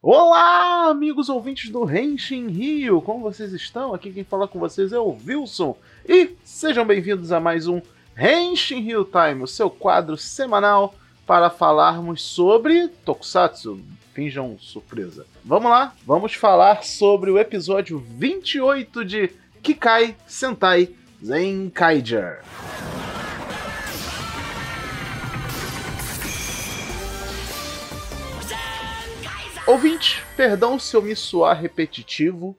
Olá, amigos ouvintes do Henshin Rio, como vocês estão? Aqui quem fala com vocês é o Wilson e sejam bem-vindos a mais um Henshin Rio Time, o seu quadro semanal para falarmos sobre Tokusatsu. Finjam surpresa. Vamos lá, vamos falar sobre o episódio 28 de Kikai Sentai Zenkaiger. Ouvinte, perdão se eu me soar repetitivo,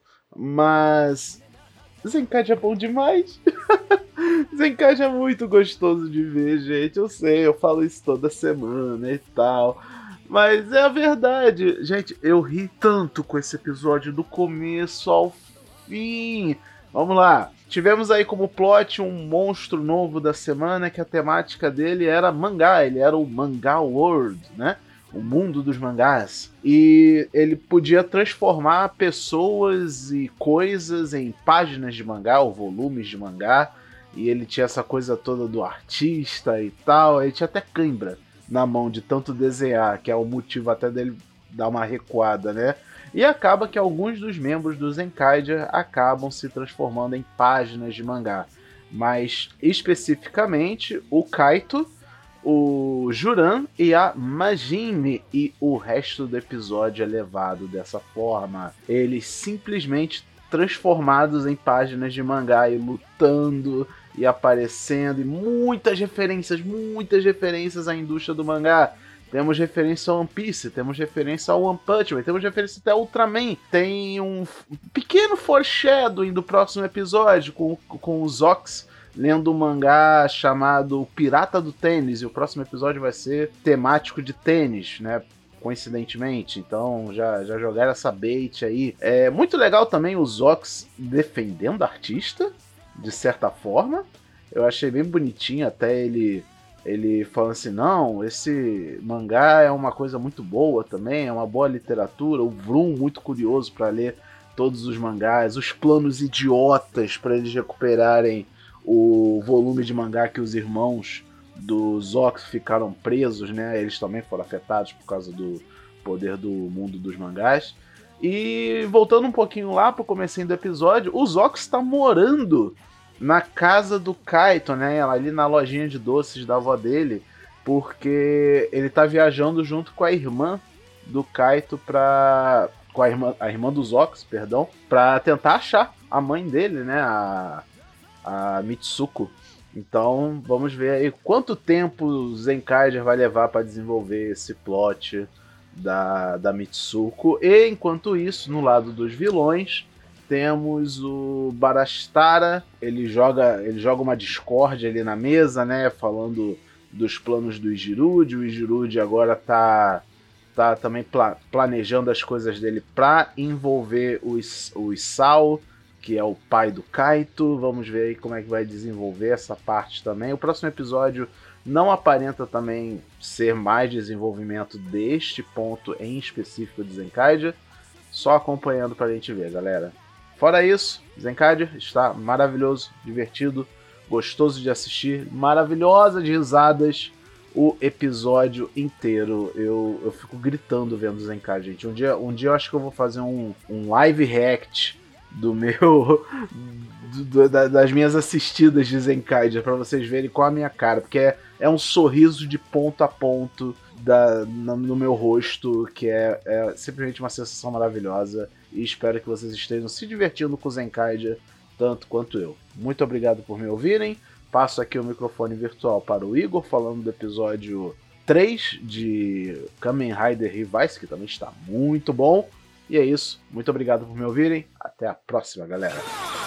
mas Zenkaiger é bom demais. Zenkaiger é muito gostoso de ver, gente. Eu sei, eu falo isso toda semana e tal, mas é a verdade. Gente, eu ri tanto com esse episódio do começo ao fim. Vamos lá. Tivemos aí como plot um monstro novo da semana, que a temática dele era mangá. Ele era o Manga World, né? O mundo dos mangás, e ele podia transformar pessoas e coisas em páginas de mangá ou volumes de mangá, e ele tinha essa coisa toda do artista e tal. Ele tinha até cãibra na mão de tanto desenhar, que é o motivo até dele dar uma recuada, né? E acaba que alguns dos membros do Zenkaiger acabam se transformando em páginas de mangá, mas especificamente o Kaito, o Juran e a Majime, e o resto do episódio é levado dessa forma. Eles simplesmente transformados em páginas de mangá e lutando e aparecendo, e muitas referências à indústria do mangá. Temos referência ao One Piece, temos referência ao One Punch Man, temos referência até ao Ultraman. Tem um pequeno foreshadowing do próximo episódio com os Zox lendo um mangá chamado Pirata do Tênis, e o próximo episódio vai ser temático de tênis, né? Coincidentemente, então já jogaram essa bait aí. É muito legal também os Zox defendendo a artista, de certa forma. Eu achei bem bonitinho até ele falando assim, não, esse mangá é uma coisa muito boa também, é uma boa literatura. O Vroom muito curioso para ler todos os mangás, os planos idiotas para eles recuperarem o volume de mangá que os irmãos do Zox ficaram presos, né? Eles também foram afetados por causa do poder do mundo dos mangás. E voltando um pouquinho lá pro comecinho do episódio, o Zox está morando na casa do Kaito, né? Ali na lojinha de doces da avó dele, porque ele tá viajando junto com a irmã do Kaito com a irmã do Zox, perdão, pra tentar achar a mãe dele, né? A Mitsuko. Então vamos ver aí quanto tempo o Zenkaiger vai levar para desenvolver esse plot da Mitsuko. E enquanto isso, no lado dos vilões, temos o Barastara. Ele joga uma discórdia ali na mesa, né, falando dos planos do Ijirude. O Ijirude agora tá também planejando as coisas dele para envolver o Isao, que é o pai do Kaito. Vamos ver aí como é que vai desenvolver essa parte também. O próximo episódio não aparenta também ser mais desenvolvimento deste ponto em específico de Zenkaiger. Só acompanhando pra gente ver, galera. Fora isso, Zenkaiger está maravilhoso, divertido, gostoso de assistir, maravilhosa de risadas o episódio inteiro. Eu fico gritando vendo Zenkaiger, gente. Um dia eu acho que eu vou fazer um live react das minhas assistidas de Zenkaiger, pra vocês verem com a minha cara, porque é um sorriso de ponto a ponto no meu rosto, que é simplesmente uma sensação maravilhosa, e espero que vocês estejam se divertindo com Zenkaiger tanto quanto eu. Muito obrigado por me ouvirem. Passo aqui o microfone virtual para o Igor, falando do episódio 3 de Kamen Rider Revice, que também está muito bom. E é isso, muito obrigado por me ouvirem, até a próxima, galera.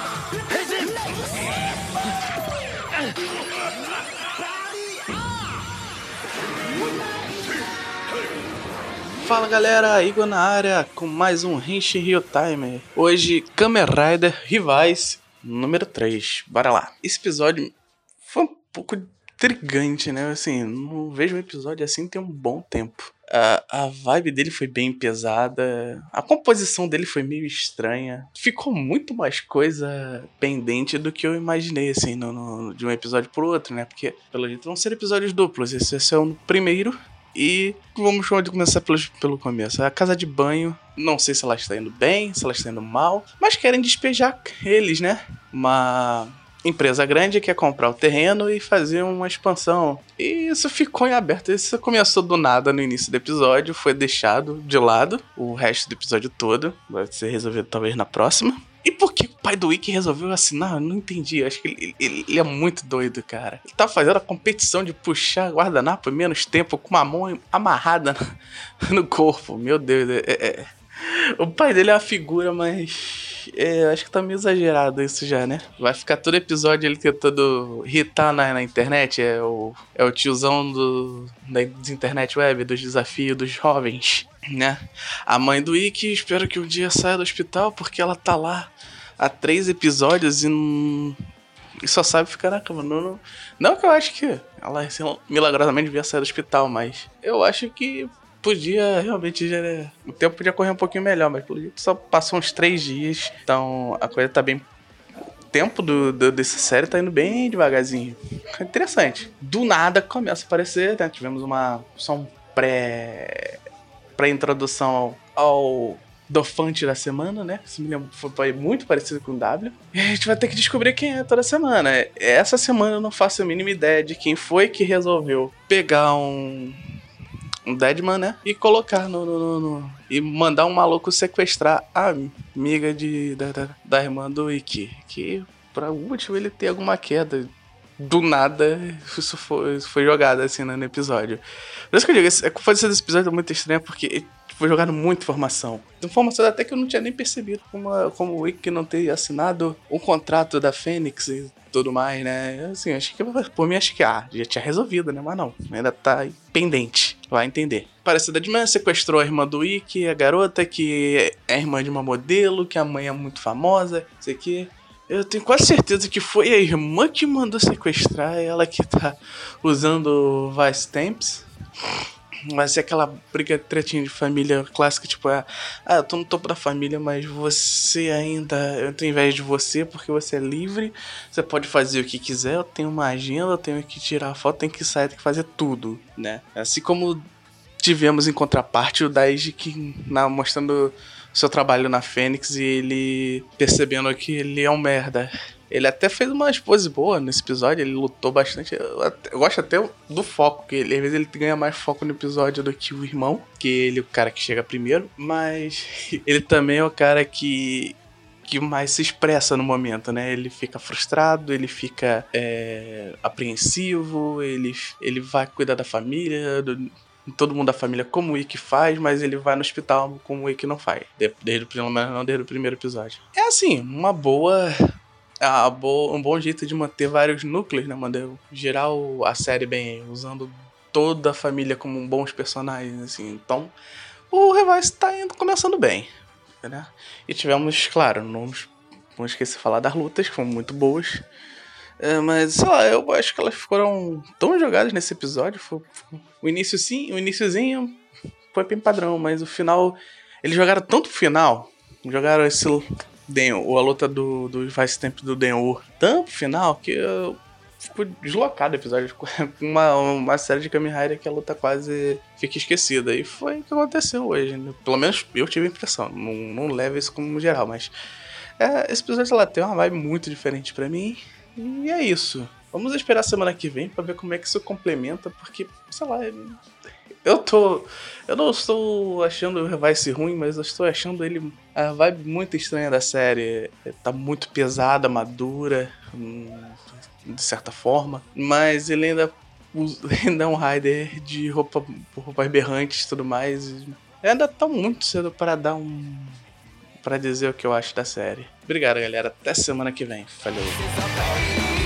Fala galera, Igor na área com mais um Henshin Rio Time. Hoje, Kamen Rider Revice número 3, bora lá. Esse episódio foi um pouco intrigante, né? Assim, não vejo um episódio assim tem um bom tempo. A vibe dele foi bem pesada, a composição dele foi meio estranha, ficou muito mais coisa pendente do que eu imaginei, assim, de um episódio pro outro, né? Porque, pelo jeito, vão ser episódios duplos. Esse é o primeiro E vamos começar pelo começo. A casa de banho, não sei se ela está indo bem, se ela está indo mal, mas querem despejar eles, né? Uma empresa grande quer comprar o terreno e fazer uma expansão. E isso ficou em aberto. Isso começou do nada no início do episódio, foi deixado de lado o resto do episódio todo. Vai ser resolvido talvez na próxima. E por que o pai do Ikki resolveu assinar? Eu não entendi. Acho que ele é muito doido, cara. Ele tá fazendo a competição de puxar guardanapo em menos tempo com uma mão amarrada no corpo. Meu Deus. O pai dele é uma figura, mas acho que tá meio exagerado isso já, né? Vai ficar todo episódio ele tentando irritar na internet. É o tiozão das internet web, dos desafios dos jovens, né? A mãe do Ikki, espero que um dia saia do hospital, porque ela tá lá há 3 episódios e só sabe ficar na cama. Não que eu acho que ela milagrosamente devia sair do hospital, mas eu acho que podia realmente o tempo podia correr um pouquinho melhor, mas pelo jeito só passou uns 3 dias, então a coisa tá bem. O tempo dessa série tá indo bem devagarzinho. Interessante. Do nada começa a aparecer, né? Tivemos só um pré-introdução ao Dofante da semana, né? Isso me lembra, foi muito parecido com o W. E a gente vai ter que descobrir quem é toda semana. Essa semana eu não faço a mínima ideia de quem foi que resolveu pegar um Deadman, né? E colocar e mandar um maluco sequestrar a amiga da irmã do Ikki. Que, por algum motivo, ele tem alguma queda. Do nada, isso foi jogado assim no episódio. Por isso que eu digo, a coisa desse episódio é muito estranha, porque foi jogado muita informação. Informação até que eu não tinha nem percebido, como o Ikki não ter assinado o contrato da Fênix e tudo mais, né? Assim, acho que por mim acho que já tinha resolvido, né? Mas não, ainda tá pendente. Vai entender. Parece que a Deadman sequestrou a irmã do Ikki, a garota que é irmã de uma modelo, que a mãe é muito famosa, isso aqui. Eu tenho quase certeza que foi a irmã que mandou sequestrar, ela que tá usando Vice Stamps. Vai ser aquela briga tretinha de família clássica, tipo, eu tô no topo da família, mas você ainda, eu tenho inveja de você porque você é livre, você pode fazer o que quiser, eu tenho uma agenda, eu tenho que tirar foto, tenho que sair, tenho que fazer tudo, né? Assim como tivemos em contraparte o Daiji mostrando seu trabalho na Fênix e ele percebendo que ele é um merda. Ele até fez uma pose boa nesse episódio, ele lutou bastante. Eu gosto até do foco, que às vezes ele ganha mais foco no episódio do que o irmão, que ele é o cara que chega primeiro, mas ele também é o cara que mais se expressa no momento, né? Ele fica frustrado, ele fica apreensivo, ele vai cuidar da família, todo mundo da família como o Ikki faz, mas ele vai no hospital como o Ikki não faz. Pelo menos não desde o primeiro episódio. É assim, um bom jeito de manter vários núcleos, né? Gerar a série bem, usando toda a família como bons personagens, assim. Então, o Revice tá começando bem, né? E tivemos, claro, não esqueci de falar das lutas, que foram muito boas. Mas, sei lá, eu acho que elas foram tão jogadas nesse episódio. O iniciozinho foi bem padrão, mas o final... Eles jogaram tanto pro final, jogaram a luta do Vice Stamp do Den-O tanto pro final, que eu fico deslocado o episódio. Uma série de Kamen Rider que a luta quase fica esquecida. E foi o que aconteceu hoje, né? Pelo menos eu tive a impressão. Não leva isso como geral, mas... esse episódio ela tem uma vibe muito diferente pra mim. E é isso. Vamos esperar a semana que vem pra ver como é que isso complementa, porque, sei lá, eu não estou achando o Revice ruim, mas eu estou achando ele a vibe muito estranha da série. Tá muito pesada, madura, de certa forma, mas ele ainda é um rider de roupas berrantes e tudo mais. Ainda tá muito cedo para dizer o que eu acho da série. Obrigado, galera. Até semana que vem. Valeu.